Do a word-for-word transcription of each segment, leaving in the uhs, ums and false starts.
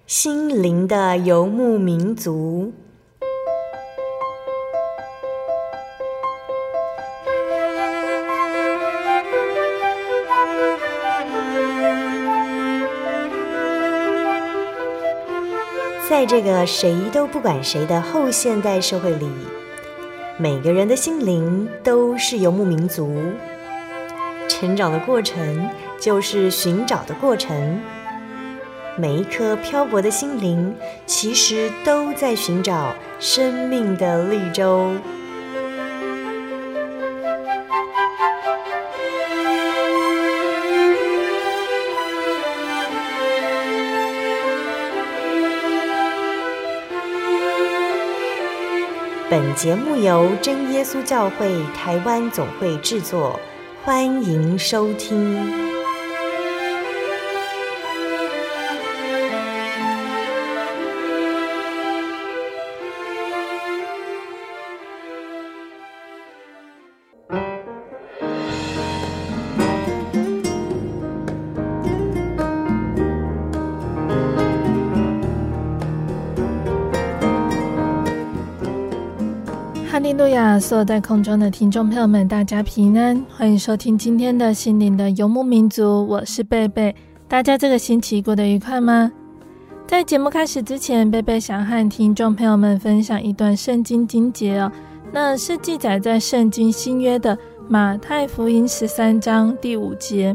心灵的游牧民族。在这个谁都不管谁的后现代社会里，每个人的心灵都是游牧民族。成长的过程就是寻找的过程，每一颗漂泊的心灵其实都在寻找生命的绿洲。本节目由真耶稣教会台湾总会制作，欢迎收听。 哈利路亚！所有在空中的听众朋友们，大家平安，欢迎收听今天的心灵的游牧民族，我是贝贝。大家这个星期过得愉快吗？在节目开始之前，贝贝想和听众朋友们分享一段圣经经节哦，那是记载在圣经新约的马太福音十三章第五节。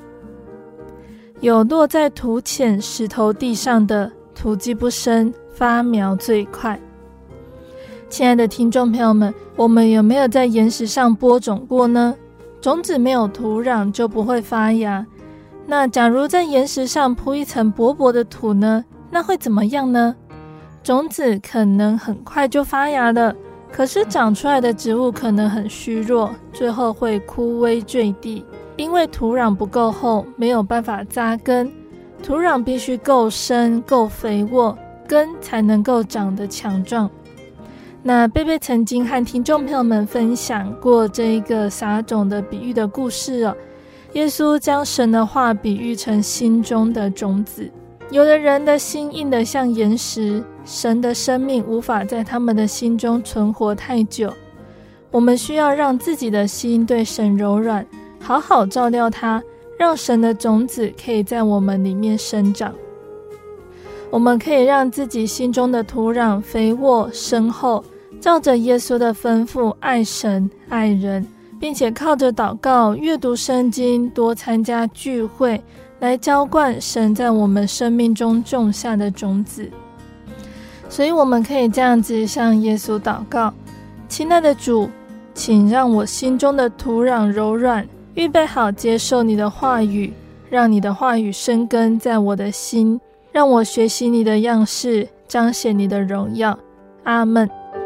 有落在土浅石头地上的，土基不深，发苗最快。亲爱的听众朋友们，我们有没有在岩石上播种过呢？种子没有土壤就不会发芽。那假如在岩石上铺一层薄薄的土呢，那会怎么样呢？种子可能很快就发芽了，可是长出来的植物可能很虚弱，最后会枯萎坠地，因为土壤不够厚，没有办法扎根。土壤必须够深够肥沃，根才能够长得强壮。那贝贝曾经和听众朋友们分享过这一个撒种的比喻的故事哦。耶稣将神的话比喻成心中的种子，有的人的心硬得像岩石，神的生命无法在他们的心中存活太久。我们需要让自己的心对神柔软，好好照料它，让神的种子可以在我们里面生长。我们可以让自己心中的土壤肥沃深厚，照着耶稣的吩咐爱神爱人，并且靠着祷告阅读圣经，多参加聚会，来浇灌神在我们生命中种下的种子。所以我们可以这样子向耶稣祷告：亲爱的主，请让我心中的土壤柔软，预备好接受你的话语，让你的话语生根在我的心，让我学习你的样式，彰显你的荣耀。阿们。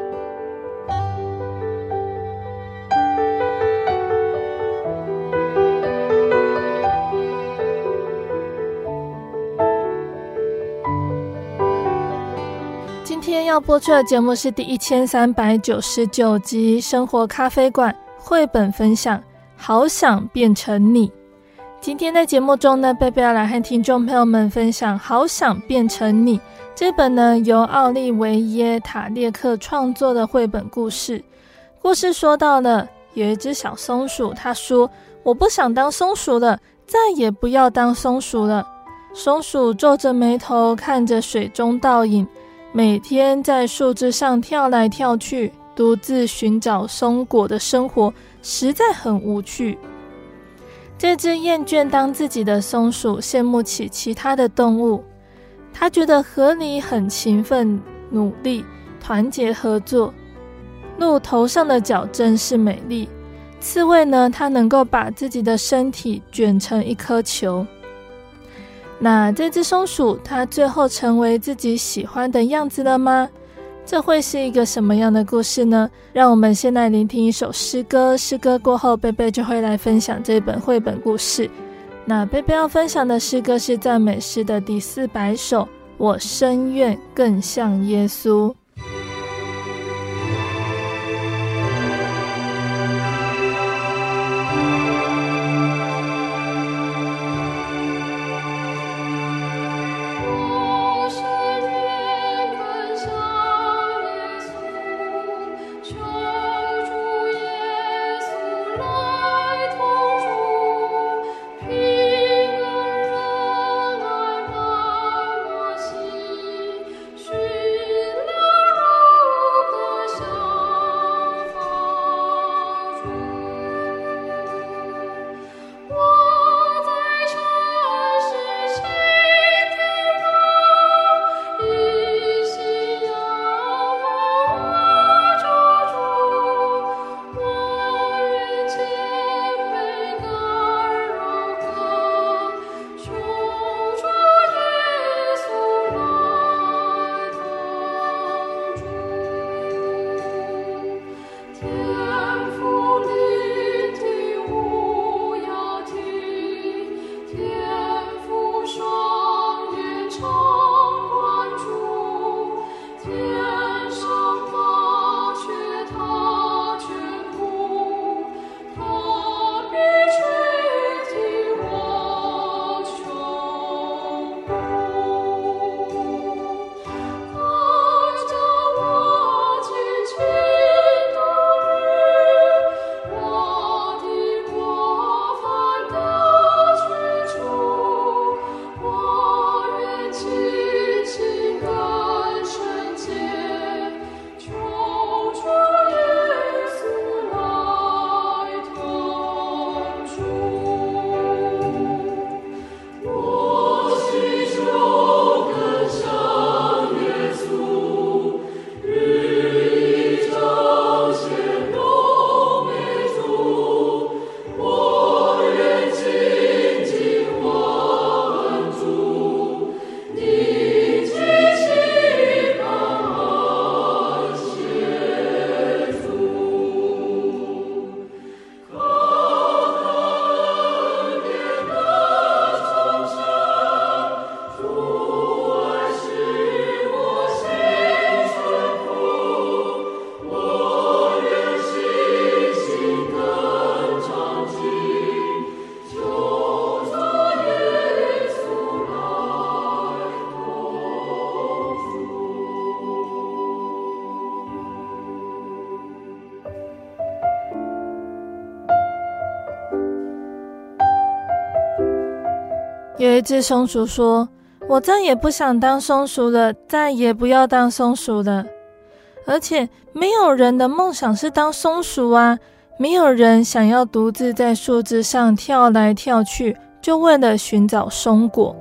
今天要播出的节目是第一千三百九十九集生活咖啡馆绘本分享，好想变成你。今天在节目中呢，贝贝要来和听众朋友们分享好想变成你这本呢由奥利维耶塔列克创作的绘本故事。故事说到了有一只小松鼠，它说我不想当松鼠了，再也不要当松鼠了。松鼠皱着眉头看着水中倒影，每天在树枝上跳来跳去，独自寻找松果的生活实在很无趣。这只厌倦当自己的松鼠羡慕起其他的动物，他觉得河狸很勤奋努力，团结合作。鹿头上的角真是美丽，刺猬呢，它能够把自己的身体卷成一颗球。那这只松鼠它最后成为自己喜欢的样子了吗？这会是一个什么样的故事呢？让我们先来聆听一首诗歌，诗歌过后贝贝就会来分享这本绘本故事。那贝贝要分享的诗歌是赞美诗的第四百首，我深愿更像耶稣。我深有一只松鼠说，我再也不想当松鼠了，再也不要当松鼠了。而且没有人的梦想是当松鼠啊，没有人想要独自在树枝上跳来跳去，就为了寻找松果。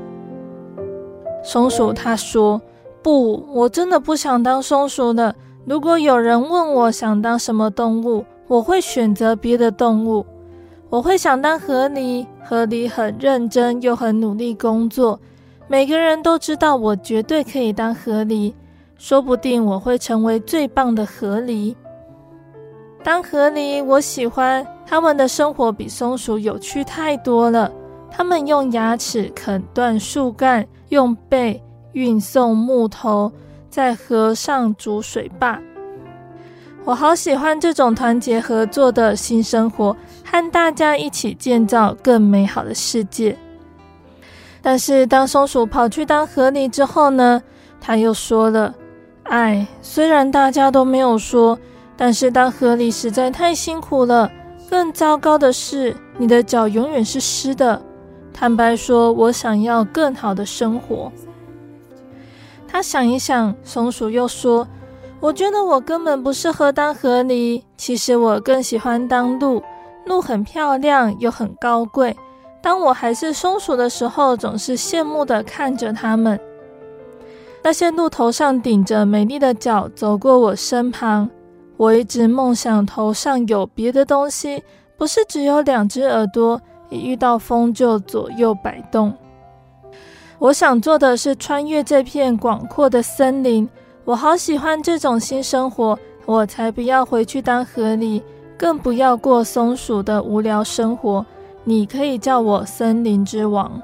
松鼠他说，不，我真的不想当松鼠了。如果有人问我想当什么动物，我会选择别的动物。我会想当河狸，河狸很认真又很努力工作，每个人都知道我绝对可以当河狸，说不定我会成为最棒的河狸。当河狸我喜欢，他们的生活比松鼠有趣太多了。他们用牙齿啃断树干，用背运送木头，在河上筑水坝。我好喜欢这种团结合作的新生活，和大家一起建造更美好的世界。但是当松鼠跑去当河狸之后呢，他又说了，哎，虽然大家都没有说，但是当河狸实在太辛苦了，更糟糕的是，你的脚永远是湿的。坦白说，我想要更好的生活。他想一想，松鼠又说，我觉得我根本不适合当河狸，其实我更喜欢当鹿，鹿很漂亮又很高贵，当我还是松鼠的时候，总是羡慕地看着它们。那些鹿头上顶着美丽的角走过我身旁，我一直梦想头上有别的东西，不是只有两只耳朵，一遇到风就左右摆动。我想做的是穿越这片广阔的森林，我好喜欢这种新生活，我才不要回去当河狸，更不要过松鼠的无聊生活。你可以叫我森林之王。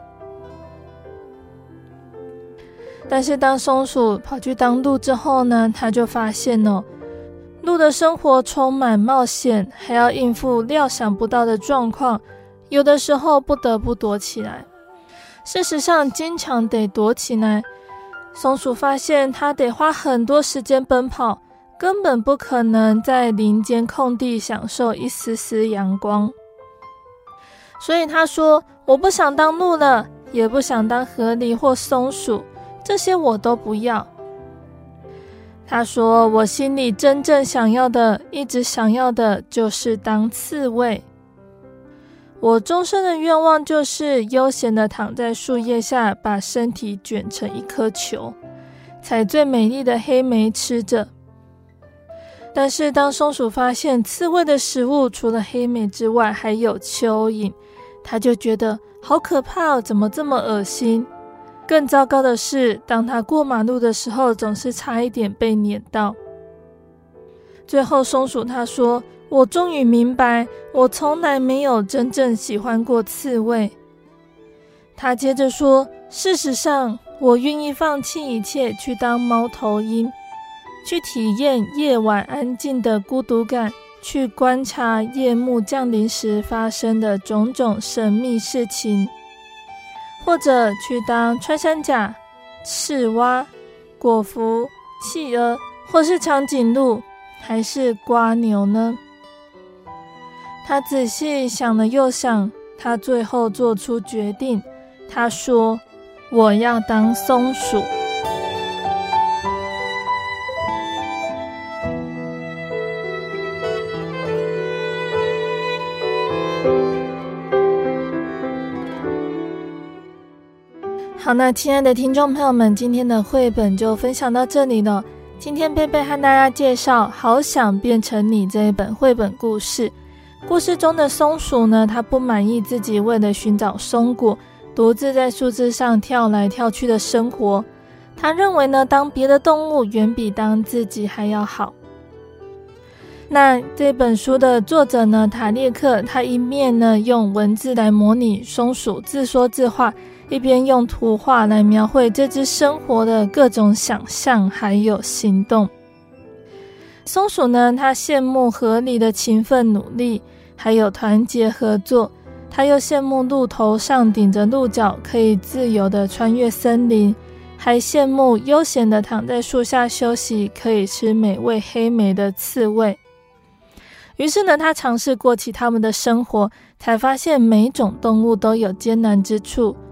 但是当松鼠跑去当鹿之后呢，他就发现哦，鹿的生活充满冒险，还要应付料想不到的状况，有的时候不得不躲起来。事实上，经常得躲起来。松鼠发现它得花很多时间奔跑，根本不可能在林间空地享受一丝丝阳光。所以他说，我不想当鹿了，也不想当河狸或松鼠，这些我都不要。他说，我心里真正想要的，一直想要的就是当刺猬。我终身的愿望就是悠闲地躺在树叶下，把身体卷成一颗球，采最美丽的黑莓吃着。但是当松鼠发现刺猬的食物除了黑莓之外还有蚯蚓，他就觉得好可怕哦，怎么这么恶心。更糟糕的是，当他过马路的时候，总是差一点被碾到。最后松鼠他说，我终于明白，我从来没有真正喜欢过刺猬。他接着说，事实上，我愿意放弃一切去当猫头鹰，去体验夜晚安静的孤独感，去观察夜幕降临时发生的种种神秘事情，或者去当穿山甲、赤蛙、果蝠、企鹅，或是长颈鹿，还是蝸牛呢？他仔细想了又想，他最后做出决定。他说，我要当松鼠。好，那亲爱的听众朋友们，今天的绘本就分享到这里了。今天贝贝和大家介绍《好想变成你》这一本绘本故事。故事中的松鼠呢，它不满意自己为了寻找松果，独自在树枝上跳来跳去的生活。它认为呢，当别的动物远比当自己还要好。那这本书的作者呢，塔列克，他一面呢用文字来模拟松鼠自说自话，一边用图画来描绘这只生活的各种想象还有行动。松鼠呢，它羡慕河狸的勤奋努力，还有团结合作，它又羡慕鹿头上顶着鹿角可以自由地穿越森林，还羡慕悠闲地躺在树下休息可以吃美味黑莓的刺猬。于是呢，他尝试过起他们的生活，才发现每种动物都有艰难之处。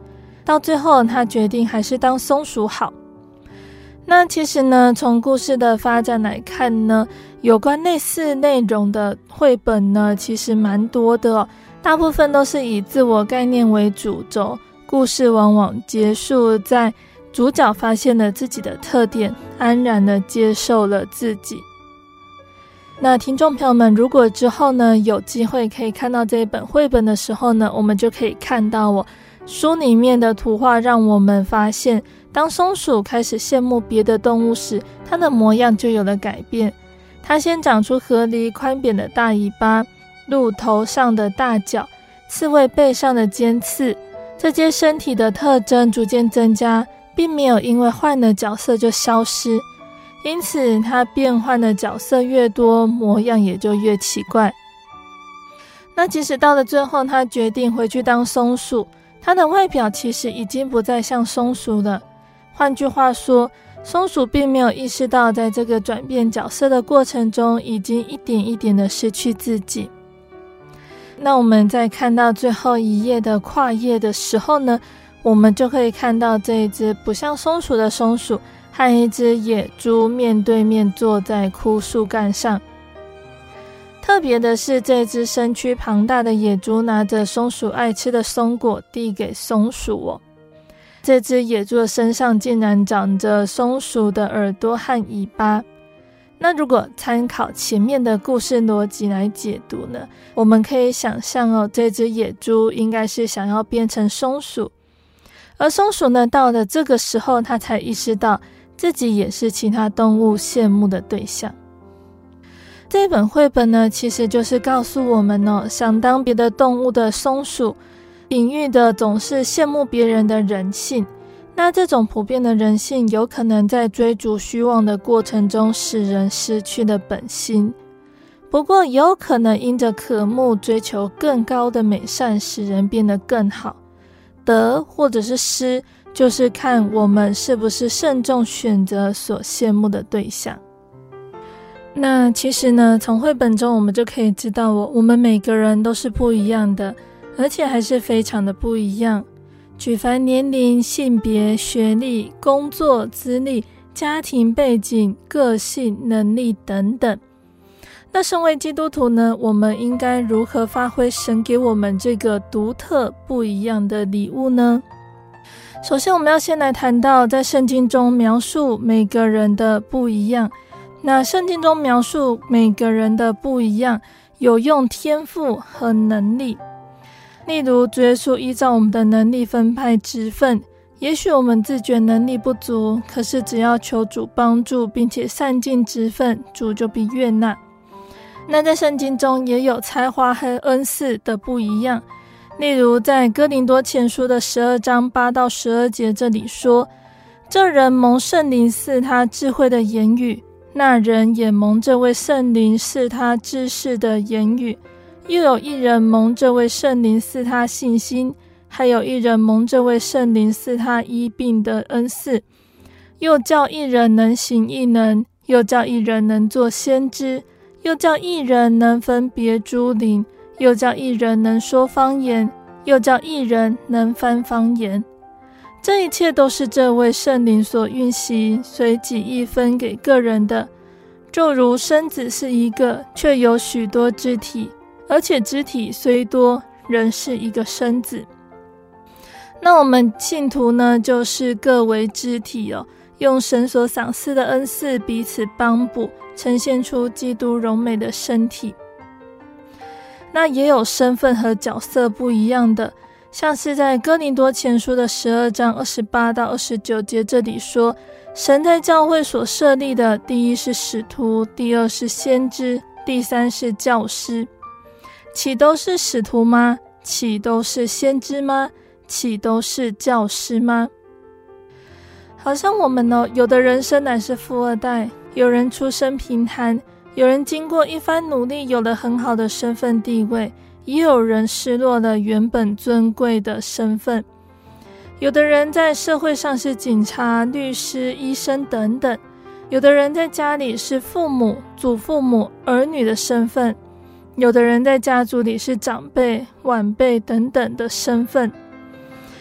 到最后他决定还是当松鼠好。那其实呢，从故事的发展来看呢，有关类似内容的绘本呢，其实蛮多的哦，大部分都是以自我概念为主轴，故事往往结束在主角发现了自己的特点，安然地接受了自己。那听众朋友们，如果之后呢有机会可以看到这一本绘本的时候呢，我们就可以看到哦，书里面的图画让我们发现，当松鼠开始羡慕别的动物时，它的模样就有了改变。它先长出河狸宽扁的大尾巴，鹿头上的大角，刺猬背上的尖刺，这些身体的特征逐渐增加，并没有因为换了角色就消失。因此它变换的角色越多，模样也就越奇怪。那即使到了最后，他决定回去当松鼠，他的外表其实已经不再像松鼠了。换句话说，松鼠并没有意识到在这个转变角色的过程中，已经一点一点的失去自己。那我们在看到最后一页的跨页的时候呢，我们就可以看到这一只不像松鼠的松鼠和一只野猪面对面坐在枯树干上。特别的是，这只身躯庞大的野猪拿着松鼠爱吃的松果递给松鼠哦。这只野猪的身上竟然长着松鼠的耳朵和尾巴。那如果参考前面的故事逻辑来解读呢，我们可以想象哦，这只野猪应该是想要变成松鼠，而松鼠呢，到了这个时候，它才意识到自己也是其他动物羡慕的对象。这本绘本呢，其实就是告诉我们哦，想当别的动物的松鼠，隐喻的总是羡慕别人的人性。那这种普遍的人性，有可能在追逐虚妄的过程中，使人失去了本心。不过，也有可能因着渴慕追求更高的美善，使人变得更好。得或者是失，就是看我们是不是慎重选择所羡慕的对象。那其实呢，从绘本中我们就可以知道我我们每个人都是不一样的，而且还是非常的不一样。举凡年龄、性别、学历、工作资历、家庭背景、个性、能力等等。那身为基督徒呢，我们应该如何发挥神给我们这个独特不一样的礼物呢？首先我们要先来谈到在圣经中描述每个人的不一样。那圣经中描述每个人的不一样，有用天赋和能力。例如主耶稣依照我们的能力分派职分，也许我们自觉能力不足，可是只要求主帮助并且善尽职分，主就必悦纳。那在圣经中也有才华和恩赐的不一样。例如在哥林多前书的十二章八到十二节，这里说，这人蒙圣灵赐他智慧的言语，那人也蒙这位圣灵赐他知识的言语，又有一人蒙这位圣灵赐他信心，还有一人蒙这位圣灵赐他医病的恩赐，又叫一人能行异能，又叫一人能做先知，又叫一人能分别诸灵，又叫一人能说方言，又叫一人能翻方言。这一切都是这位圣灵所运行，随己意分给个人的。就如身子是一个，却有许多肢体，而且肢体虽多，仍是一个身子。那我们信徒呢，就是各为肢体哦，用神所赏赐的恩赐彼此帮补，呈现出基督荣美的身体。那也有身份和角色不一样的，像是在哥林多前书的十二章二十八到二十九节，这里说，神在教会所设立的，第一是使徒，第二是先知，第三是教师。岂都是使徒吗？岂都是先知吗？岂都是教师吗？好像我们呢，有的人生乃是富二代，有人出身贫寒，有人经过一番努力有了很好的身份地位，也有人失落了原本尊贵的身份。有的人在社会上是警察、律师、医生等等，有的人在家里是父母、祖父母、儿女的身份，有的人在家族里是长辈、晚辈等等的身份。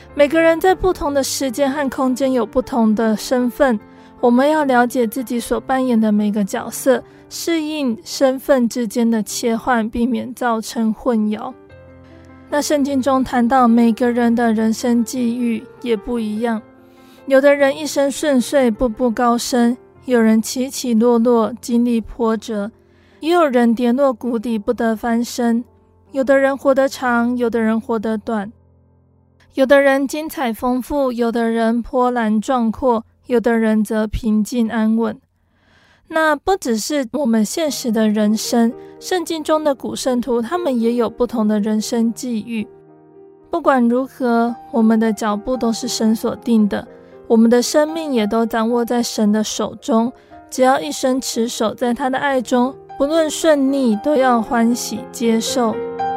每个人在不同的时间和空间有不同的身份，我们要了解自己所扮演的每个角色，适应身份之间的切换，避免造成混淆。那圣经中谈到每个人的人生际遇也不一样，有的人一生顺遂，步步高升，有人起起落落，经历波折，也有人跌落谷底，不得翻身。有的人活得长，有的人活得短，有的人精彩丰富，有的人波澜壮阔，有的人则平静安稳。那不只是我们现实的人生，圣经中的古圣徒他们也有不同的人生际遇。不管如何，我们的脚步都是神所定的，我们的生命也都掌握在神的手中，只要一生持守在他的爱中，不论顺逆都要欢喜接受。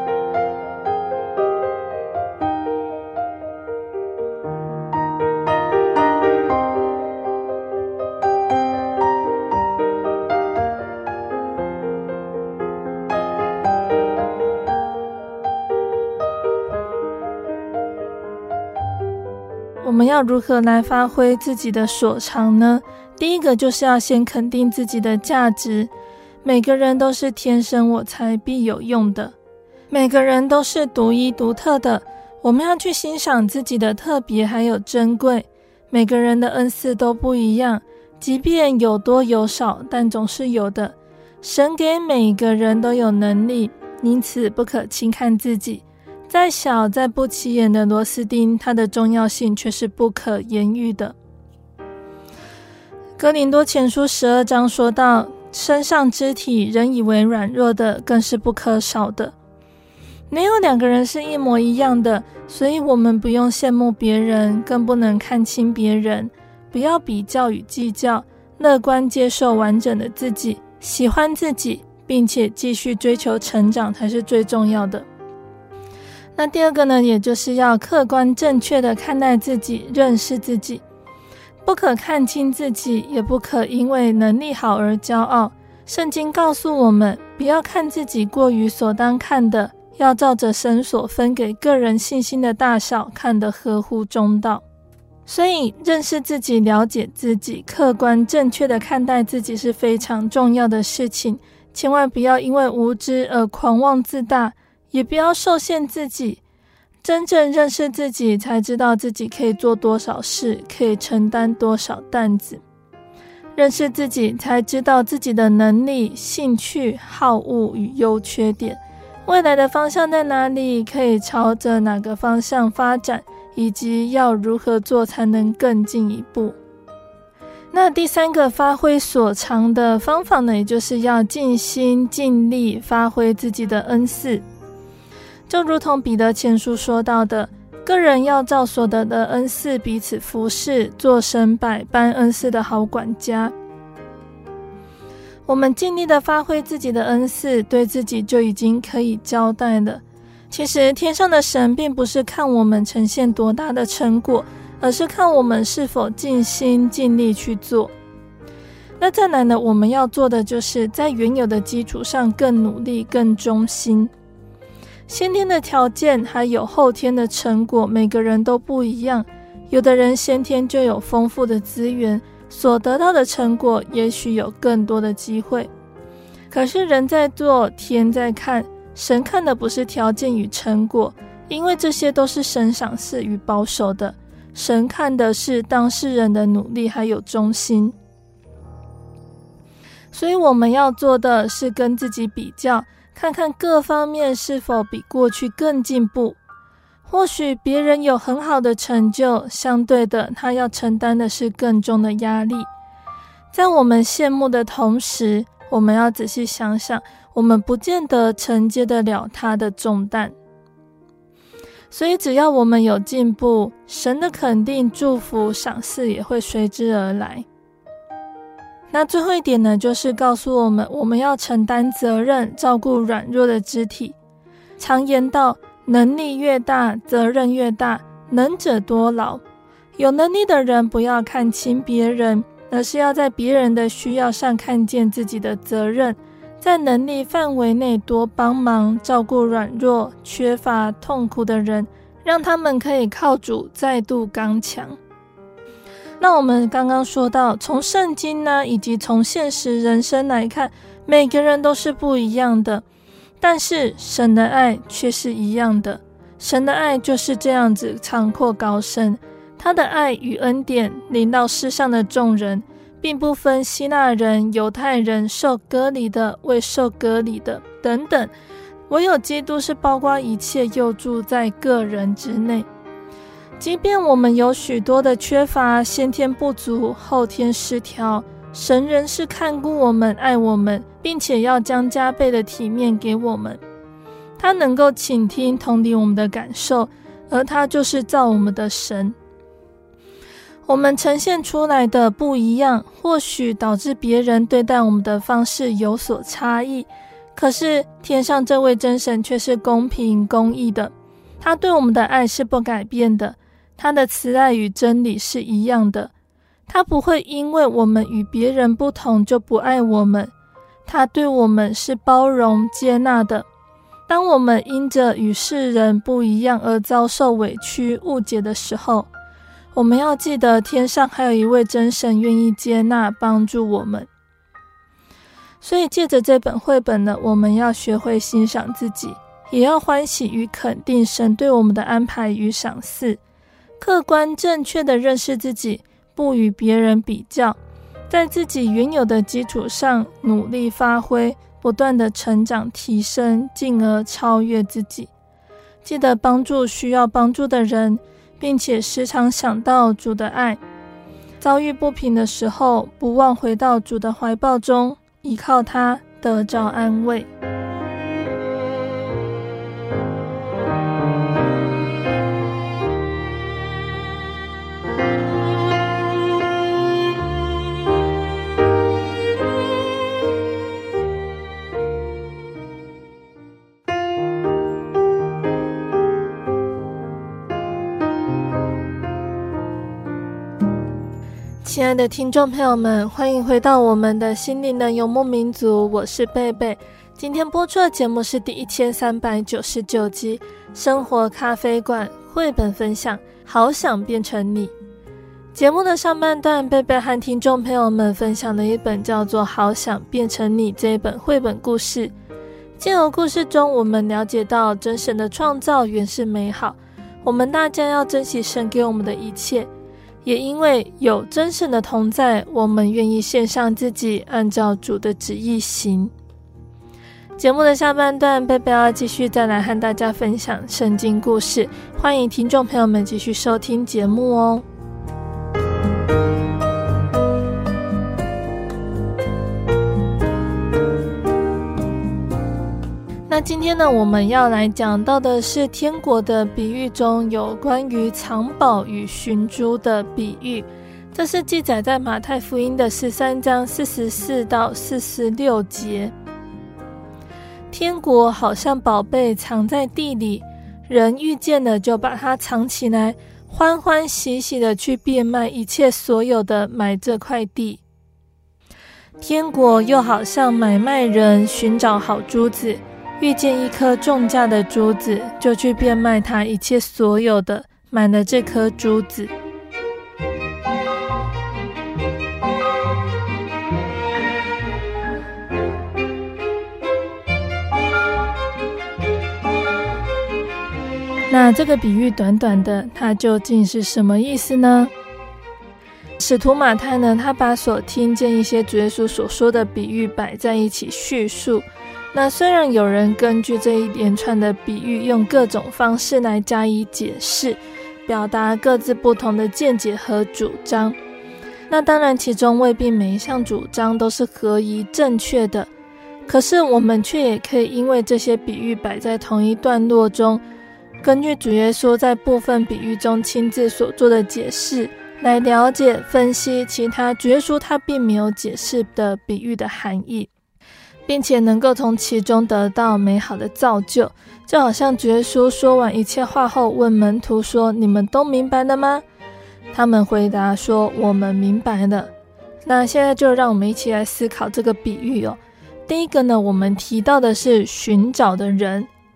我们要如何来发挥自己的所长呢？第一个就是要先肯定自己的价值。每个人都是天生我材必有用的，每个人都是独一独特的，我们要去欣赏自己的特别还有珍贵。每个人的恩赐都不一样，即便有多有少，但总是有的。神给每个人都有能力，因此不可轻看自己。再小再不起眼的螺丝钉，它的重要性却是不可言喻的。哥林多前书十二章说到，身上肢体人以为软弱的，更是不可少的。没有两个人是一模一样的，所以我们不用羡慕别人，更不能看轻别人，不要比较与计较，乐观接受完整的自己，喜欢自己，并且继续追求成长才是最重要的。那第二个呢，也就是要客观正确的看待自己，认识自己，不可看轻自己，也不可因为能力好而骄傲。圣经告诉我们，不要看自己过于所当看的，要照着神所分给个人信心的大小，看得合乎中道。所以认识自己，了解自己，客观正确的看待自己是非常重要的事情。千万不要因为无知而狂妄自大，也不要受限自己。真正认识自己，才知道自己可以做多少事，可以承担多少担子。认识自己，才知道自己的能力、兴趣、好恶与优缺点，未来的方向在哪里，可以朝着哪个方向发展，以及要如何做才能更进一步。那第三个发挥所长的方法呢，也就是要尽心尽力发挥自己的恩赐。就如同彼得前书说到的，个人要照所得的恩赐彼此服侍，做神百般恩赐的好管家。我们尽力的发挥自己的恩赐，对自己就已经可以交代了。其实天上的神并不是看我们呈现多大的成果，而是看我们是否尽心尽力去做。那再来呢，我们要做的就是在原有的基础上更努力，更忠心。先天的条件还有后天的成果，每个人都不一样。有的人先天就有丰富的资源，所得到的成果也许有更多的机会。可是人在做，天在看，神看的不是条件与成果，因为这些都是神赏赐与保守的。神看的是当事人的努力还有忠心。所以我们要做的是跟自己比较，看看各方面是否比过去更进步。或许别人有很好的成就，相对的他要承担的是更重的压力。在我们羡慕的同时，我们要仔细想想，我们不见得承接得了他的重担。所以只要我们有进步，神的肯定、祝福、赏赐也会随之而来。那最后一点呢，就是告诉我们，我们要承担责任，照顾软弱的肢体。常言道，能力越大，责任越大，能者多劳。有能力的人不要看轻别人，而是要在别人的需要上看见自己的责任，在能力范围内多帮忙，照顾软弱、缺乏、痛苦的人， 让他们可以靠主再度刚强。那我们刚刚说到，从圣经呢，以及从现实人生来看，每个人都是不一样的，但是神的爱却是一样的。神的爱就是这样子长阔高深，他的爱与恩典临到世上的众人，并不分希腊人、犹太人、受割礼的、未受割礼的等等，唯有基督是包括一切，又住在个人之内。即便我们有许多的缺乏，先天不足，后天失调，神仍是看顾我们，爱我们，并且要将加倍的体面给我们。他能够倾听同理我们的感受，而他就是造我们的神。我们呈现出来的不一样，或许导致别人对待我们的方式有所差异，可是天上这位真神却是公平公义的，他对我们的爱是不改变的，他的慈爱与真理是一样的，他不会因为我们与别人不同就不爱我们，他对我们是包容接纳的。当我们因着与世人不一样而遭受委屈误解的时候，我们要记得天上还有一位真神愿意接纳帮助我们。所以借着这本绘本呢，我们要学会欣赏自己，也要欢喜与肯定神对我们的安排与赏赐，客观正确地认识自己，不与别人比较，在自己原有的基础上努力发挥，不断的成长提升，进而超越自己。记得帮助需要帮助的人，并且时常想到主的爱。遭遇不平的时候，不忘回到主的怀抱中，依靠他得着安慰。亲爱的听众朋友们，欢迎回到我们的心灵的游牧民族，我是贝贝。今天播出的节目是第一千三百九十九集生活咖啡馆绘本分享，好想变成你。节目的上半段，贝贝和听众朋友们分享了一本叫做《好想变成你》这一本绘本故事。借由故事中，我们了解到真神的创造原是美好，我们大家要珍惜神给我们的一切，也因为有真神的同在，我们愿意献上自己，按照主的旨意行。节目的下半段，贝贝要继续再来和大家分享圣经故事，欢迎听众朋友们继续收听节目哦。那今天呢，我们要来讲到的是天国的比喻中有关于藏宝与寻珠的比喻，这是记载在马太福音的十三章四十四到四十六节。天国好像宝贝藏在地里，人遇见了就把它藏起来，欢欢喜喜的去变卖一切所有的买这块地。天国又好像买卖人寻找好珠子，遇见一颗重价的珠子，就去变卖他一切所有的，买了这颗珠子。那这个比喻短短的，它究竟是什么意思呢？使徒马太呢，他把所听见一些主耶稣所说的比喻摆在一起叙述。那虽然有人根据这一连串的比喻，用各种方式来加以解释，表达各自不同的见解和主张，那当然其中未必每一项主张都是合宜正确的，可是我们却也可以因为这些比喻摆在同一段落中，根据主耶稣在部分比喻中亲自所做的解释，来了解分析其他主耶稣他并没有解释的比喻的含义，并且能够从其中得到美好的造就。就好像主耶稣说完一切话后，问门徒说，你们都明白了吗？他们回答说，我们明白了。那现在就让我们一起来思考这个比喻哦。第一个呢，我们提到的是寻找的人。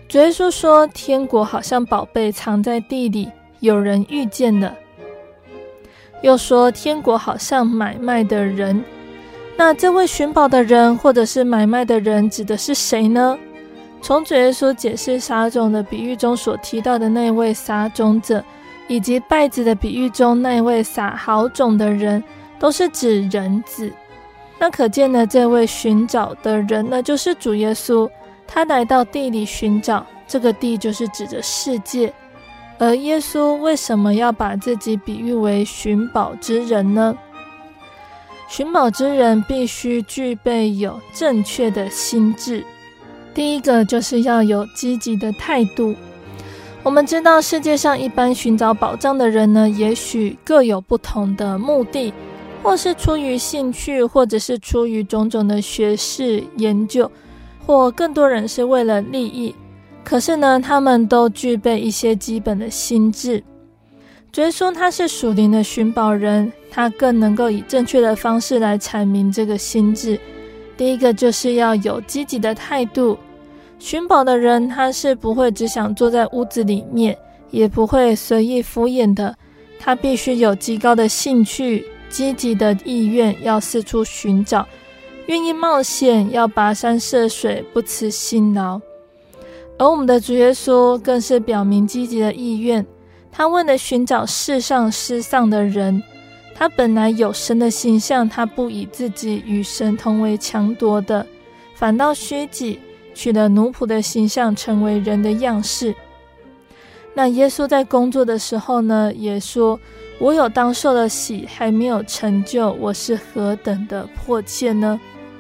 主耶稣说，天国好像宝贝藏在地里，有人遇见了。又说，天国好像买卖的人。那这位寻宝的人或者是买卖的人指的是谁呢？从主耶稣解释撒种的比喻中所提到的那位撒种者，以及稗子的比喻中那位撒好种的人，都是指人子。那可见呢，这位寻找的人呢，就是主耶稣。他来到地里寻找，这个地就是指着世界。而耶稣为什么要把自己比喻为寻宝之人呢？寻宝之人必须具备有正确的心智。第一个就是要有积极的态度。我们知道世界上一般寻找宝藏的人呢，也许各有不同的目的，或是出于兴趣，或者是出于种种的学识研究，或更多人是为了利益。可是呢，他们都具备一些基本的心智。主耶稣他是属灵的寻宝人，他更能够以正确的方式来阐明这个心智。第一个就是要有积极的态度。寻宝的人他是不会只想坐在屋子里面，也不会随意敷衍的，他必须有极高的兴趣，积极的意愿，要四处寻找，愿意冒险，要跋山涉水，不辞辛劳。而我们的主耶稣更是表明积极的意愿，他为了寻找世上失丧的人，他本来有神的形象，他不以自己与神同为强夺的，反倒虚己，取了奴仆的形象，成为人的样式。那耶稣在工作的时候呢，也说，我有当受的喜还没有成就，我是何等的迫切呢？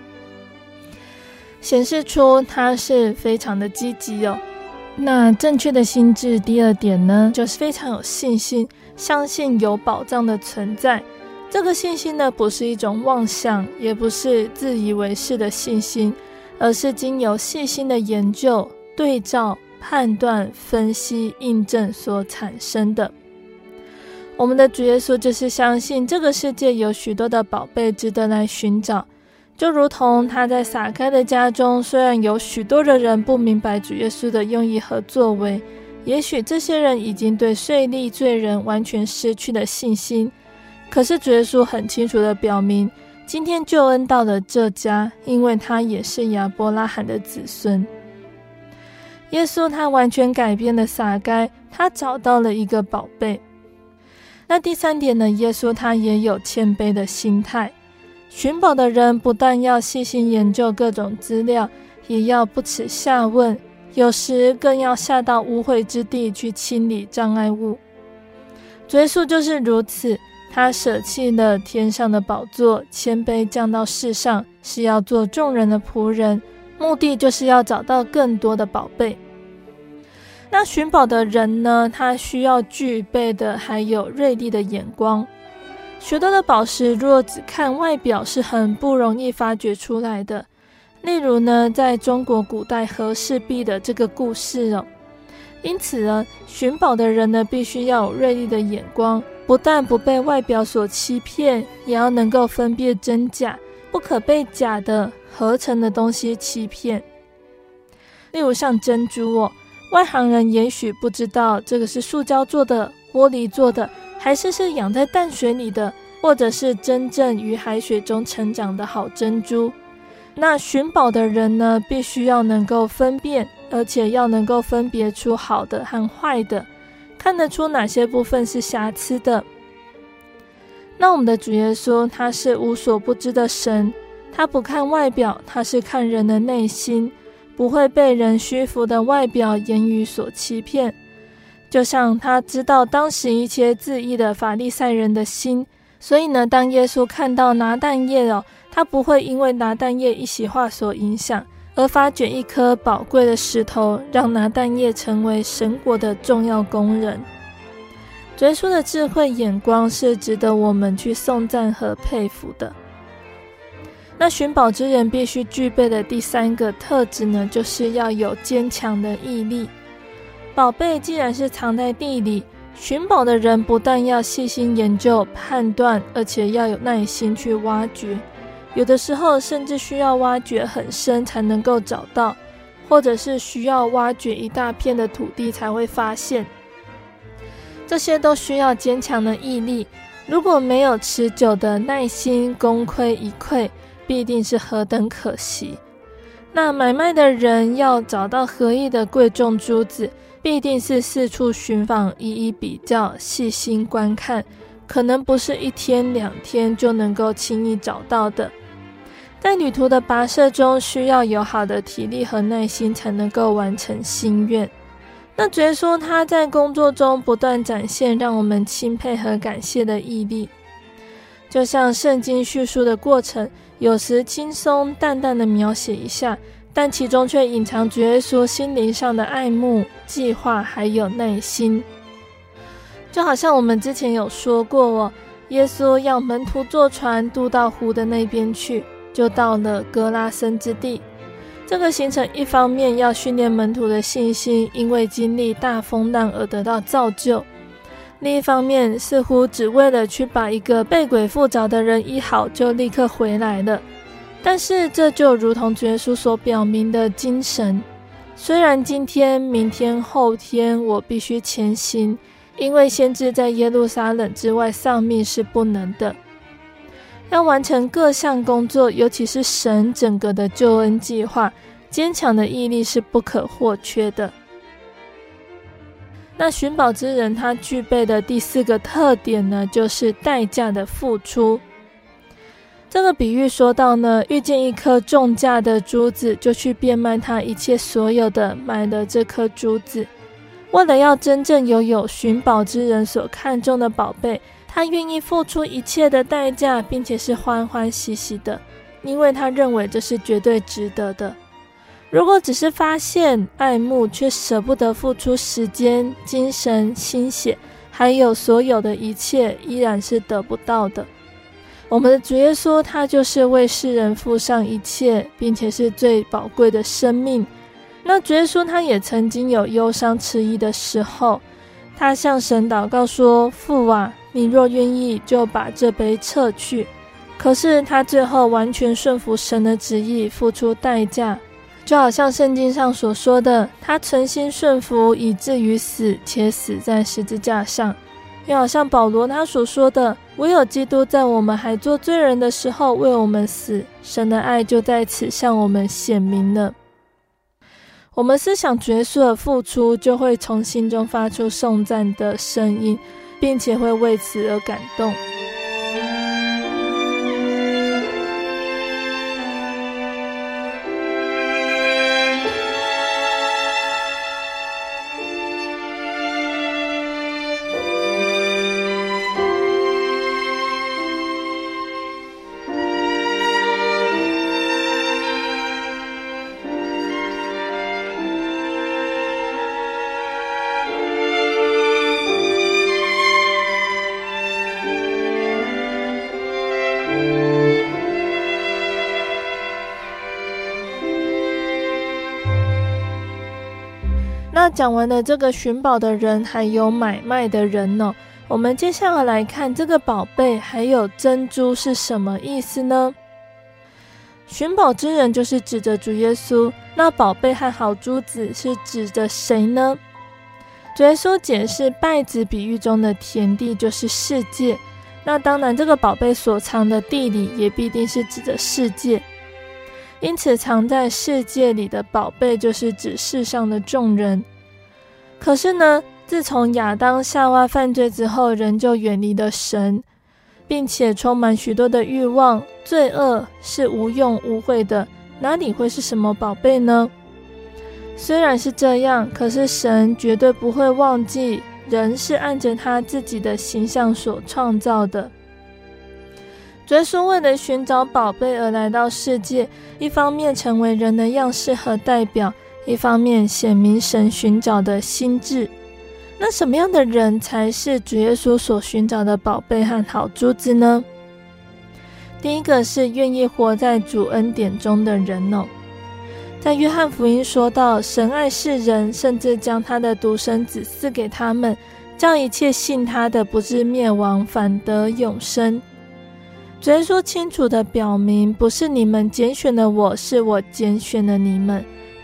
显示出他是非常的积极哦。那正确的心智，第二点呢，就是非常有信心，相信有宝藏的存在。这个信心呢，不是一种妄想，也不是自以为是的信心，而是经由细心的研究、对照、判断、分析、印证所产生的。我们的主耶稣就是相信这个世界有许多的宝贝值得来寻找，就如同他在撒该的家中，虽然有许多的人不明白主耶稣的用意和作为，也许这些人已经对税吏罪人完全失去了信心，可是主耶稣很清楚地表明，今天救恩到了这家，因为他也是亚伯拉罕的子孙。耶稣他完全改变了撒该，他找到了一个宝贝。那第三点呢，耶稣他也有谦卑的心态。寻宝的人不但要细心研究各种资料，也要不耻下问，有时更要下到污秽之地去清理障碍物。主耶稣就是如此，他舍弃了天上的宝座，谦卑降到世上，是要做众人的仆人，目的就是要找到更多的宝贝。那寻宝的人呢，他需要具备的还有锐利的眼光。许多的宝石若只看外表是很不容易发掘出来的。例如呢，在中国古代和氏璧的这个故事哦。因此呢，寻宝的人呢，必须要有锐利的眼光，不但不被外表所欺骗，也要能够分辨真假，不可被假的合成的东西欺骗。例如像珍珠哦，外行人也许不知道这个是塑胶做的、玻璃做的，还是是养在淡水里的，或者是真正于海水中成长的好珍珠。那寻宝的人呢，必须要能够分辨，而且要能够分别出好的和坏的，看得出哪些部分是瑕疵的。那我们的主耶稣他是无所不知的神，他不看外表，他是看人的内心，不会被人虚浮的外表言语所欺骗。就像他知道当时一切自义的法利赛人的心，所以呢，当耶稣看到拿但业哦，他不会因为拿但业一席话所影响，而发掘一颗宝贵的石头，让拿但业成为神国的重要工人。主耶稣的智慧眼光是值得我们去颂赞和佩服的。那寻宝之人必须具备的第三个特质呢，就是要有坚强的毅力。宝贝既然是藏在地里，寻宝的人不但要细心研究判断，而且要有耐心去挖掘，有的时候甚至需要挖掘很深才能够找到。 或者是需要挖掘一大片的土地才会发现。这些都需要坚强的毅力，如果没有持久的耐心，功亏一篑，必定是何等可惜。那买卖的人要找到合意的贵重珠子，必定是四处寻访，一一比较，细心观看，可能不是一天两天就能够轻易找到的。在旅途的跋涉中，需要有好的体力和耐心才能够完成心愿。那主耶稣他在工作中不断展现让我们钦佩和感谢的毅力，就像圣经叙述的过程，有时轻松淡淡的描写一下，但其中却隐藏主耶稣心灵上的爱慕、计划还有耐心。就好像我们之前有说过哦，耶稣要门徒坐船渡到湖的那边去，就到了格拉森之地。这个行程一方面要训练门徒的信心，因为经历大风浪而得到造就；另一方面，似乎只为了去把一个被鬼附着的人医好，就立刻回来了。但是这就如同主耶稣所表明的精神，虽然今天、明天、后天我必须前行，因为先知在耶路撒冷之外丧命是不能的。要完成各项工作，尤其是神整个的救恩计划，坚强的毅力是不可或缺的。那寻宝之人他具备的第四个特点呢，就是代价的付出。这个比喻说到呢，遇见一颗重价的珠子，就去变卖他一切所有的，买了这颗珠子。为了要真正拥有寻宝之人所看重的宝贝，他愿意付出一切的代价，并且是欢欢喜喜的，因为他认为这是绝对值得的。如果只是发现、爱慕，却舍不得付出时间、精神、心血，还有所有的一切，依然是得不到的。我们的主耶稣他就是为世人付上一切，并且是最宝贵的生命。那主耶稣他也曾经有忧伤迟疑的时候，他向神祷告说，父啊，你若愿意就把这杯撤去。可是他最后完全顺服神的旨意，付出代价，就好像圣经上所说的，他存心顺服以至于死，且死在十字架上。又好像保罗他所说的，唯有基督在我们还做罪人的时候为我们死，神的爱就在此向我们显明了。我们思想主耶稣的付出，就会从心中发出颂赞的声音，并且会为此而感动。那讲完了这个寻宝的人还有买卖的人呢、哦，我们接下来来看这个宝贝还有珍珠是什么意思呢？寻宝之人就是指着主耶稣，那宝贝和好珠子是指着谁呢？主耶稣解释稗子比喻中的田地就是世界，那当然这个宝贝所藏的地里也必定是指着世界，因此藏在世界里的宝贝就是指世上的众人。可是呢，自从亚当夏娃犯罪之后，人就远离了神，并且充满许多的欲望，罪恶是无用无悔的，哪里会是什么宝贝呢？虽然是这样，可是神绝对不会忘记人是按着他自己的形象所创造的。主耶稣为了寻找宝贝而来到世界，一方面成为人的样式和代表，一方面显明神寻找的心志。那什么样的人才是主耶稣所寻找的宝贝和好珠子呢？第一个是愿意活在主恩典中的人哦。在约翰福音说到，神爱世人，甚至将他的独生子赐给他们，叫一切信他的不至灭亡，反得永生。主耶稣清楚地表明，不是你们拣选了我，是我拣选了你们，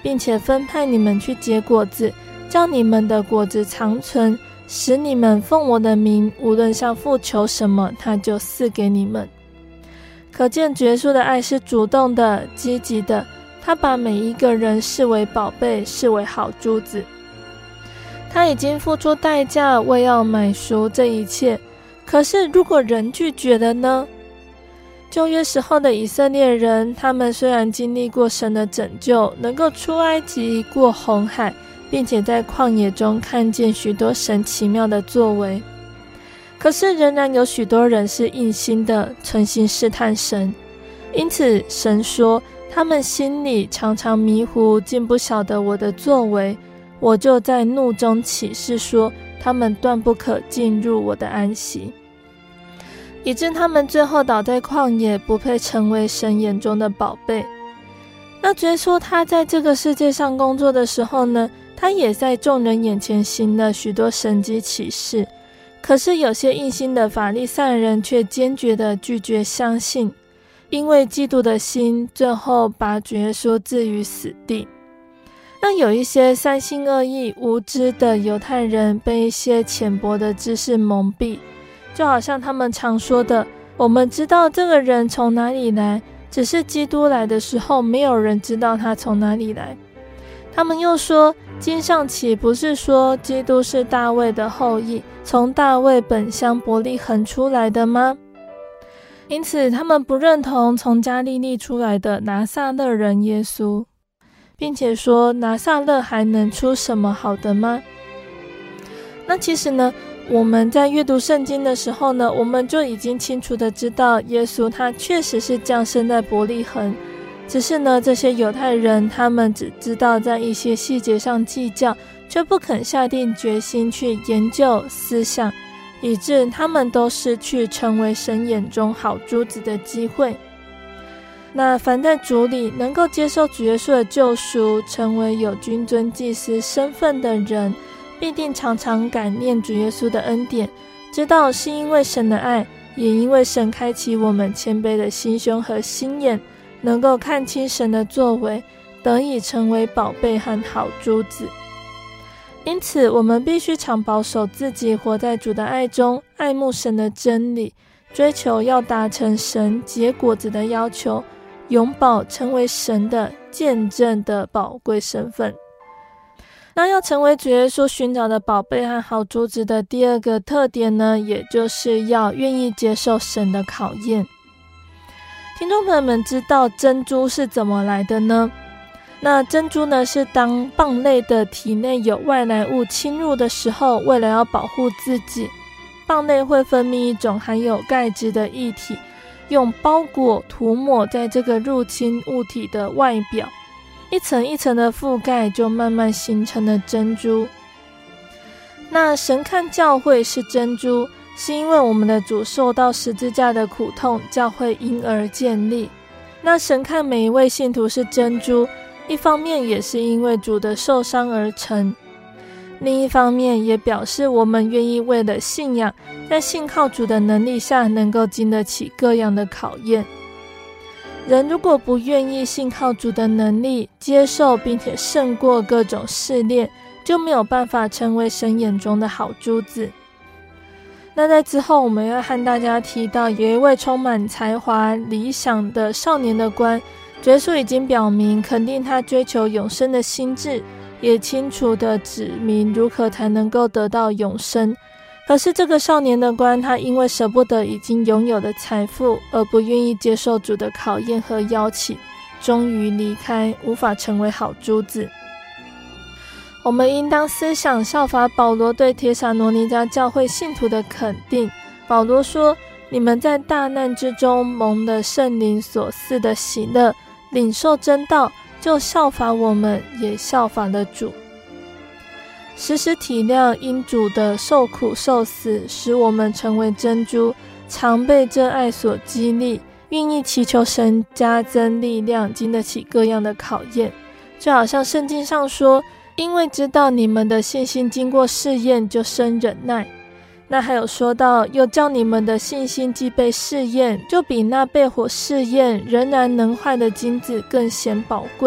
并且分派你们去结果子，叫你们的果子长存，使你们奉我的名，无论向父求什么，他就赐给你们。可见主耶稣的爱是主动的、积极的，他把每一个人视为宝贝，视为好珠子。他已经付出代价，为要买赎这一切。可是如果人拒绝了呢？旧约时候的以色列人，他们虽然经历过神的拯救，能够出埃及、过红海，并且在旷野中看见许多神奇妙的作为，可是仍然有许多人是硬心的，存心试探神。因此神说，他们心里常常迷糊，竟不晓得我的作为，我就在怒中起誓说，他们断不可进入我的安息，以致他们最后倒在旷野，不配成为神眼中的宝贝。那主耶稣他在这个世界上工作的时候呢，他也在众人眼前行了许多神迹奇事，可是有些硬心的法利赛人却坚决地拒绝相信，因为嫉妒的心，最后把主耶稣置于死地。那有一些三心二意无知的犹太人，被一些浅薄的知识蒙蔽，就好像他们常说的，我们知道这个人从哪里来，只是基督来的时候，没有人知道他从哪里来。他们又说，经上岂不是说基督是大卫的后裔，从大卫本乡伯利恒出来的吗？因此他们不认同从加利利出来的拿撒勒人耶稣，并且说拿撒勒还能出什么好的吗？那其实呢，我们在阅读圣经的时候呢，我们就已经清楚的知道耶稣他确实是降生在伯利恒，只是呢这些犹太人他们只知道在一些细节上计较，却不肯下定决心去研究思想，以致他们都失去成为神眼中好珠子的机会。那凡在主里能够接受主耶稣的救赎，成为有君尊祭司身份的人，必定常常感念主耶稣的恩典，知道是因为神的爱，也因为神开启我们谦卑的心胸和心眼，能够看清神的作为，得以成为宝贝和好珠子。因此我们必须常保守自己，活在主的爱中，爱慕神的真理，追求要达成神结果子的要求，永保成为神的见证的宝贵身份。那要成为主耶稣寻找的宝贝和好珠子的第二个特点呢，也就是要愿意接受神的考验。听众朋友们知道珍珠是怎么来的呢？那珍珠呢，是当蚌类的体内有外来物侵入的时候，为了要保护自己，蚌类会分泌一种含有钙质的液体，用包裹涂抹在这个入侵物体的外表，一层一层的覆盖，就慢慢形成了珍珠。那神看教会是珍珠，是因为我们的主受到十字架的苦痛，教会因而建立。那神看每一位信徒是珍珠，一方面也是因为主的受伤而成，另一方面也表示我们愿意为了信仰，在信靠主的能力下，能够经得起各样的考验。人如果不愿意信靠主的能力，接受并且胜过各种试炼，就没有办法成为神眼中的好珠子。那在之后我们要和大家提到，有一位充满才华理想的少年的官，主耶稣已经表明肯定他追求永生的心志，也清楚地指明如何才能够得到永生。可是这个少年的官，他因为舍不得已经拥有的财富，而不愿意接受主的考验和邀请，终于离开，无法成为好珠子。我们应当思想效法保罗对帖撒罗尼迦教会信徒的肯定。保罗说，你们在大难之中蒙了圣灵所赐的喜乐，领受真道，就效法我们，也效法了主。时时体谅因主的受苦受死，使我们成为珍珠，常被这爱所激励，愿意祈求神加增力量，经得起各样的考验。就好像圣经上说，因为知道你们的信心经过试验，就生忍耐。那还有说到，又叫你们的信心既被试验，就比那被火试验仍然能坏的金子更显宝贵，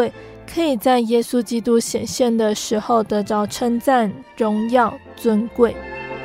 可以在耶稣基督显现的时候得着称赞、荣耀、尊贵。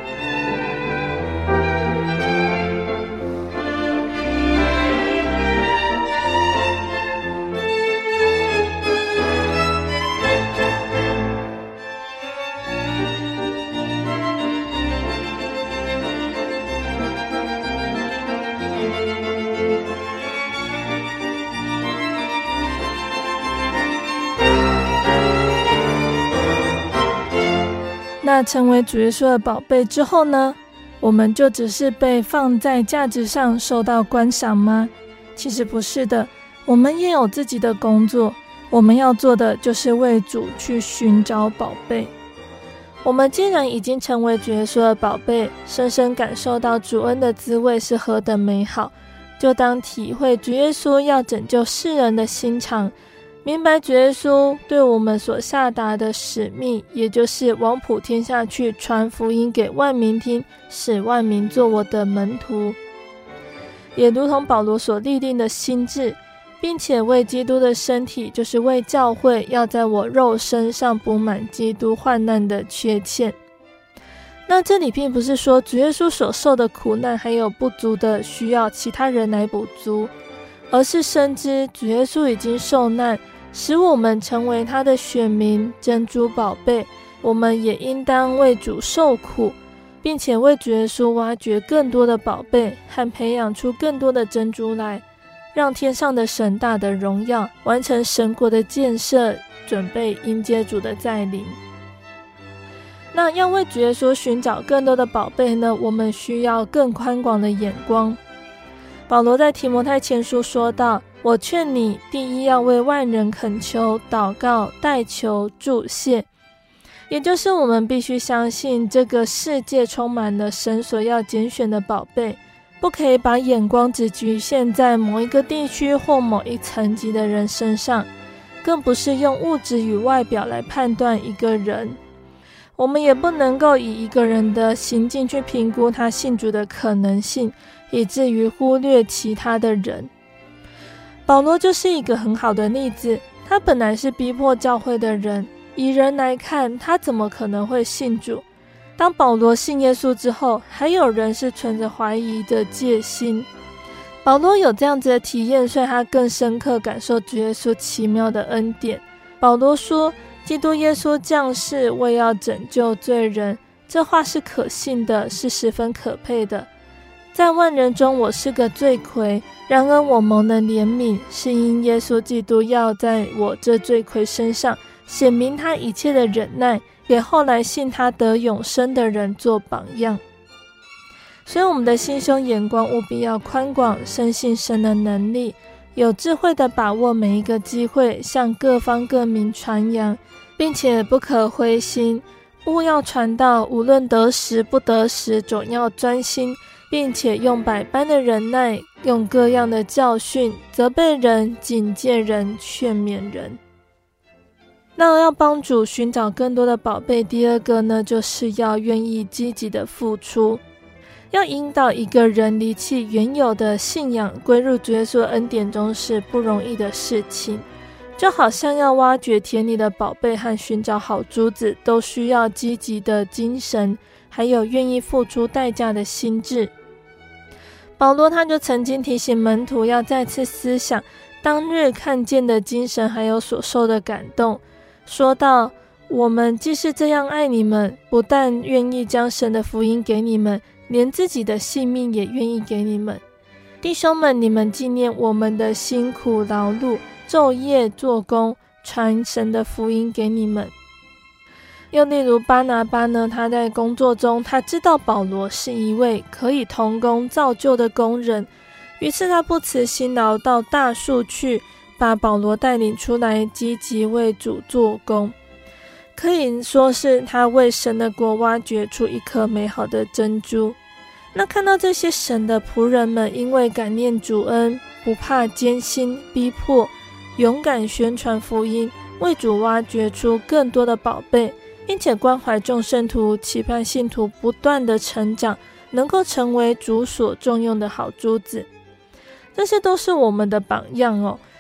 那成为主耶稣的宝贝之后呢，我们就只是被放在架子上受到观赏吗？其实不是的，我们也有自己的工作，我们要做的就是为主去寻找宝贝。我们既然已经成为主耶稣的宝贝，深深感受到主恩的滋味是何等美好，就当体会主耶稣要拯救世人的心肠，明白主耶稣对我们所下达的使命，也就是往普天下去传福音给万民听，使万民做我的门徒。也如同保罗所立定的心志，并且为基督的身体，就是为教会，要在我肉身上补满基督患难的缺欠。那这里并不是说主耶稣所受的苦难还有不足的需要其他人来补足，而是深知主耶稣已经受难，使我们成为他的选民、珍珠宝贝，我们也应当为主受苦，并且为主耶稣挖掘更多的宝贝和培养出更多的珍珠来，让天上的神大的荣耀，完成神国的建设，准备迎接主的再临。那要为主耶稣寻找更多的宝贝呢，我们需要更宽广的眼光。保罗在提摩太前书说道，我劝你第一要为万人恳求、祷告、代求、祝谢，也就是我们必须相信这个世界充满了神所要拣选的宝贝，不可以把眼光只局限在某一个地区或某一层级的人身上，更不是用物质与外表来判断一个人。我们也不能够以一个人的行径去评估他信主的可能性，以至于忽略其他的人。保罗就是一个很好的例子，他本来是逼迫教会的人，以人来看，他怎么可能会信主？当保罗信耶稣之后，还有人是存着怀疑的戒心。保罗有这样子的体验，所以他更深刻感受主耶稣奇妙的恩典。保罗说，基督耶稣降世为要拯救罪人，这话是可信的，是十分可佩的。在万人中我是个罪魁，然而我蒙了怜悯，是因耶稣基督要在我这罪魁身上显明他一切的忍耐，给后来信他得永生的人做榜样。所以我们的心胸眼光务必要宽广，深信神的能力，有智慧的把握每一个机会，向各方各民传扬，并且不可灰心，务要传道，无论得时不得时，总要专心，并且用百般的忍耐，用各样的教训，责备人、警戒人、劝勉人。那要帮主寻找更多的宝贝，第二个呢，就是要愿意积极的付出。要引导一个人离弃原有的信仰，归入主耶稣的恩典中，是不容易的事情。就好像要挖掘田里的宝贝和寻找好珠子，都需要积极的精神，还有愿意付出代价的心智。保罗他就曾经提醒门徒要再次思想当日看见的精神，还有所受的感动，说到，我们既是这样爱你们，不但愿意将神的福音给你们，连自己的性命也愿意给你们。弟兄们，你们纪念我们的辛苦劳碌，昼夜做工，传神的福音给你们。又例如巴拿巴呢，他在工作中，他知道保罗是一位可以同工造就的工人，于是他不辞辛劳到大树去，把保罗带领出来，积极为主做工。可以说是他为神的国挖掘出一颗美好的珍珠。那看到这些神的仆人们，因为感念主恩，不怕艰辛逼迫，勇敢宣传福音，为主挖掘出更多的宝贝，并且关怀众圣徒，期盼信徒不断的成长，能够成为主所重用的好珠子。这些都是我们的榜样哦。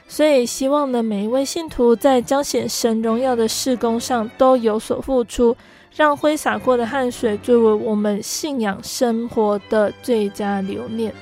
所以希望呢，每一位信徒在彰显神荣耀的事工上都有所付出，让挥洒过的汗水作为我们信仰生活的最佳留念。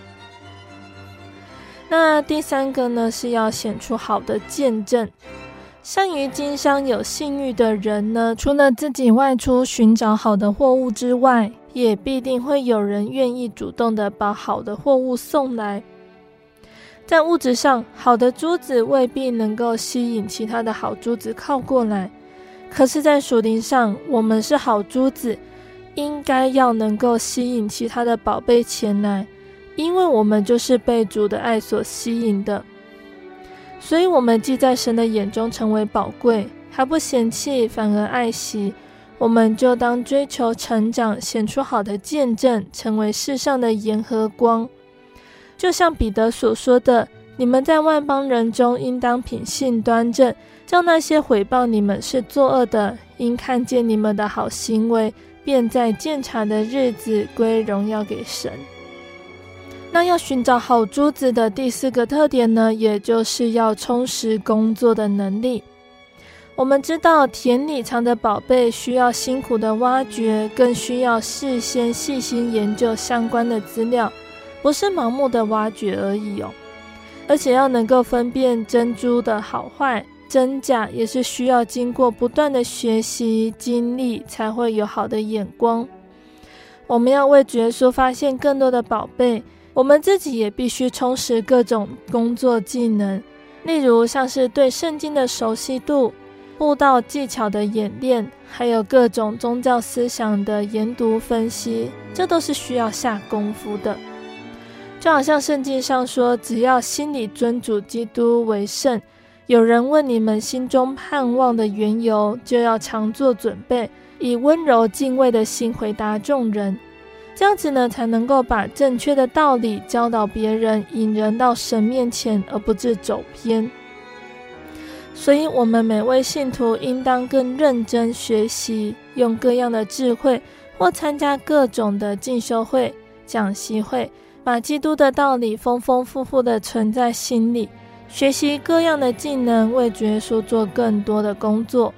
那第三个呢，是要显出好的见证。善于经商有信誉的人呢，除了自己外出寻找好的货物之外，也必定会有人愿意主动的把好的货物送来。在物质上，好的珠子未必能够吸引其他的好珠子靠过来，可是在属灵上，我们是好珠子，应该要能够吸引其他的宝贝前来，因为我们就是被主的爱所吸引的。所以我们既在神的眼中成为宝贵，还不嫌弃，反而爱惜，我们就当追求成长，显出好的见证，成为世上的盐和光。就像彼得所说的，你们在万邦人中应当品性端正，叫那些毁谤你们是作恶的，因看见你们的好行为，便在鉴察的日子归荣耀给神。那要寻找好珠子的第四个特点呢，也就是要充实工作的能力。我们知道田里藏的宝贝需要辛苦的挖掘，更需要事先细心研究相关的资料，不是盲目的挖掘而已哦，而且要能够分辨珍珠的好坏，真假也是需要经过不断的学习经历，才会有好的眼光。我们要为主耶稣发现更多的宝贝，我们自己也必须充实各种工作技能，例如像是对圣经的熟悉度、布道技巧的演练，还有各种宗教思想的研读分析，这都是需要下功夫的。就好像圣经上说，只要心里尊主基督为圣，有人问你们心中盼望的缘由，就要常做准备，以温柔敬畏的心回答众人。这样子呢，才能够把正确的道理教导别人，引人到神面前，而不致走偏。所以我们每位信徒应当更认真学习，用各样的智慧，或参加各种的进修会、讲习会，把基督的道理丰丰富富的存在心里，学习各样的技能，为主耶稣做更多的工作。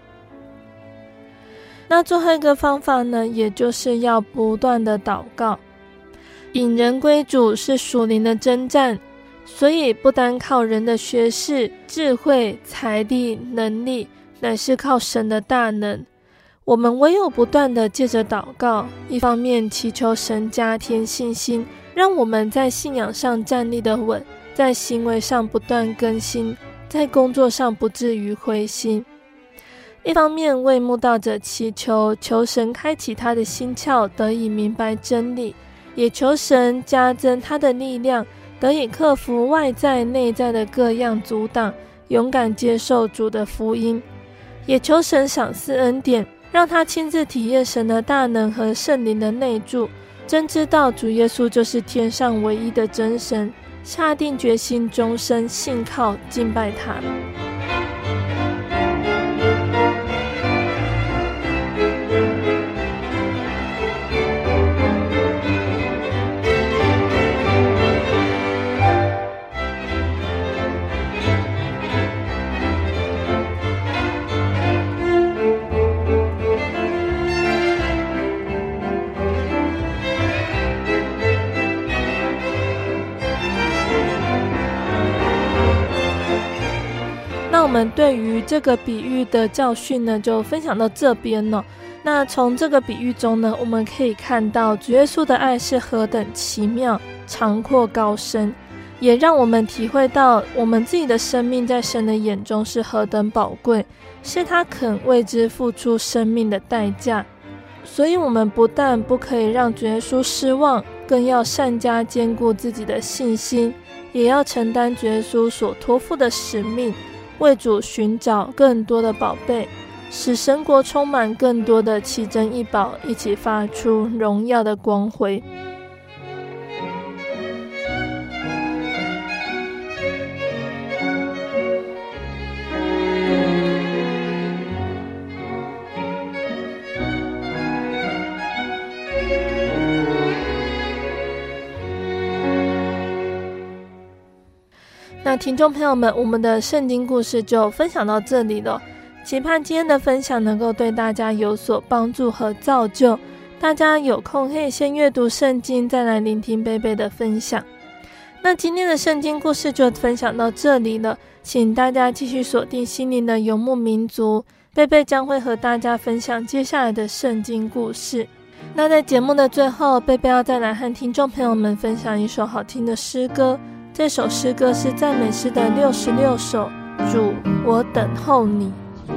那最后一个方法呢，也就是要不断的祷告。引人归主是属灵的征战，所以不单靠人的学识、智慧、财力、能力，乃是靠神的大能。我们唯有不断的借着祷告，一方面祈求神加添信心，让我们在信仰上站立得稳，在行为上不断更新，在工作上不至于灰心。一方面为慕道者祈求，求神开启他的心窍，得以明白真理，也求神加增他的力量，得以克服外在内在的各样阻挡，勇敢接受主的福音。也求神赏赐恩典，让他亲自体验神的大能和圣灵的内住，真知道主耶稣就是天上唯一的真神，下定决心终身信靠敬拜他。那我们对于这个比喻的教训呢，就分享到这边了。那从这个比喻中呢，我们可以看到主耶稣的爱是何等奇妙、长阔高深，也让我们体会到我们自己的生命在神的眼中是何等宝贵，是他肯为之付出生命的代价。所以我们不但不可以让主耶稣失望，更要善加坚固自己的信心，也要承担主耶稣所托付的使命，为主寻找更多的宝贝，使神国充满更多的奇珍异宝，一起发出荣耀的光辉。那听众朋友们，我们的圣经故事就分享到这里了，期盼今天的分享能够对大家有所帮助和造就。大家有空可以先阅读圣经，再来聆听贝贝的分享。那今天的圣经故事就分享到这里了，请大家继续锁定心灵的游牧民族，贝贝将会和大家分享接下来的圣经故事。那在节目的最后，贝贝要再来和听众朋友们分享一首好听的诗歌，这首诗歌是赞美诗的六十六首，主，我等候你。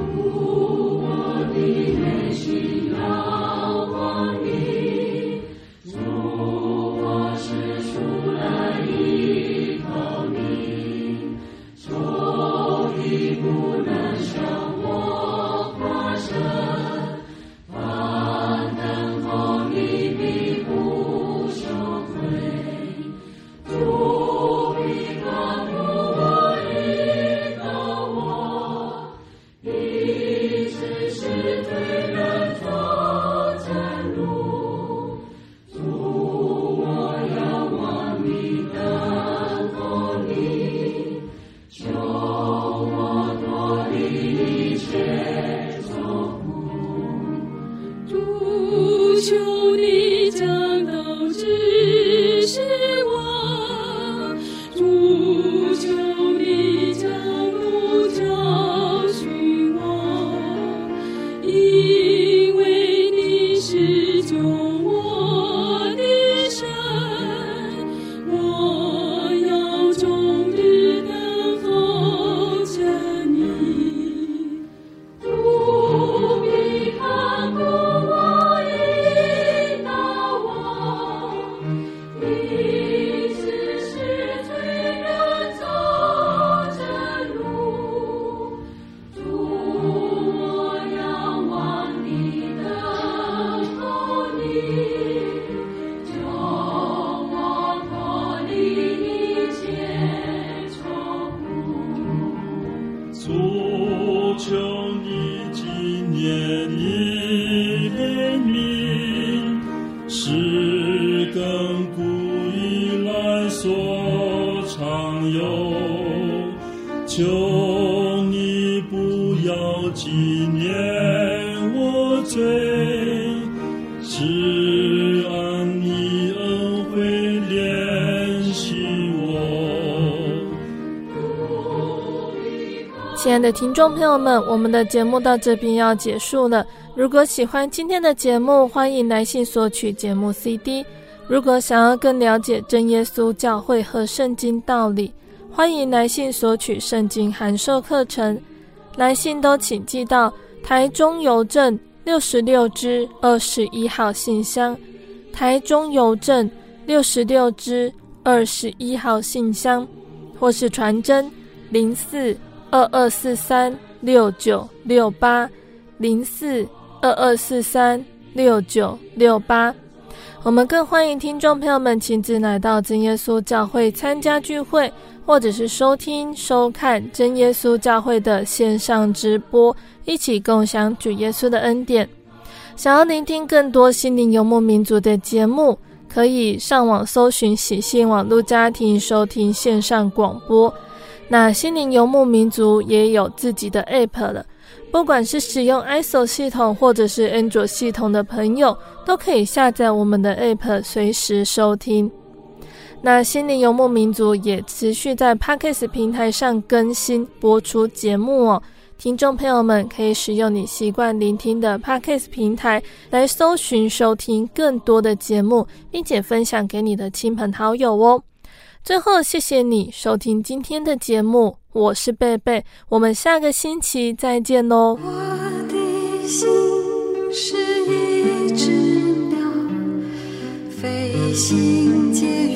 亲爱的听众朋友们，我们的节目到这边要结束了。如果喜欢今天的节目，欢迎来信索取节目 C D。 如果想要更了解真耶稣教会和圣经道理，欢迎来信索取圣经函授课程。来信都请寄到台中邮政六十六支二十一号信箱，台中邮政六十六支二十一号信箱，或是传真零四二二四三六九六八零四二二四三六九六八。我们更欢迎听众朋友们亲自来到真耶稣教会参加聚会，或者是收听收看真耶稣教会的线上直播，一起共享主耶稣的恩典。想要聆听更多心灵游牧民族的节目，可以上网搜寻喜信网络家庭收听线上广播。那心灵游牧民族也有自己的 app 了，不管是使用 I S O 系统或者是 Android 系统的朋友，都可以下载我们的 app 随时收听。那心灵游牧民族也持续在 Podcast 平台上更新播出节目哦，听众朋友们可以使用你习惯聆听的 Podcast 平台来搜寻收听更多的节目，并且分享给你的亲朋好友哦。最后谢谢你收听今天的节目，我是贝贝，我们下个星期再见咯。 我的心是一只鸟，飞行介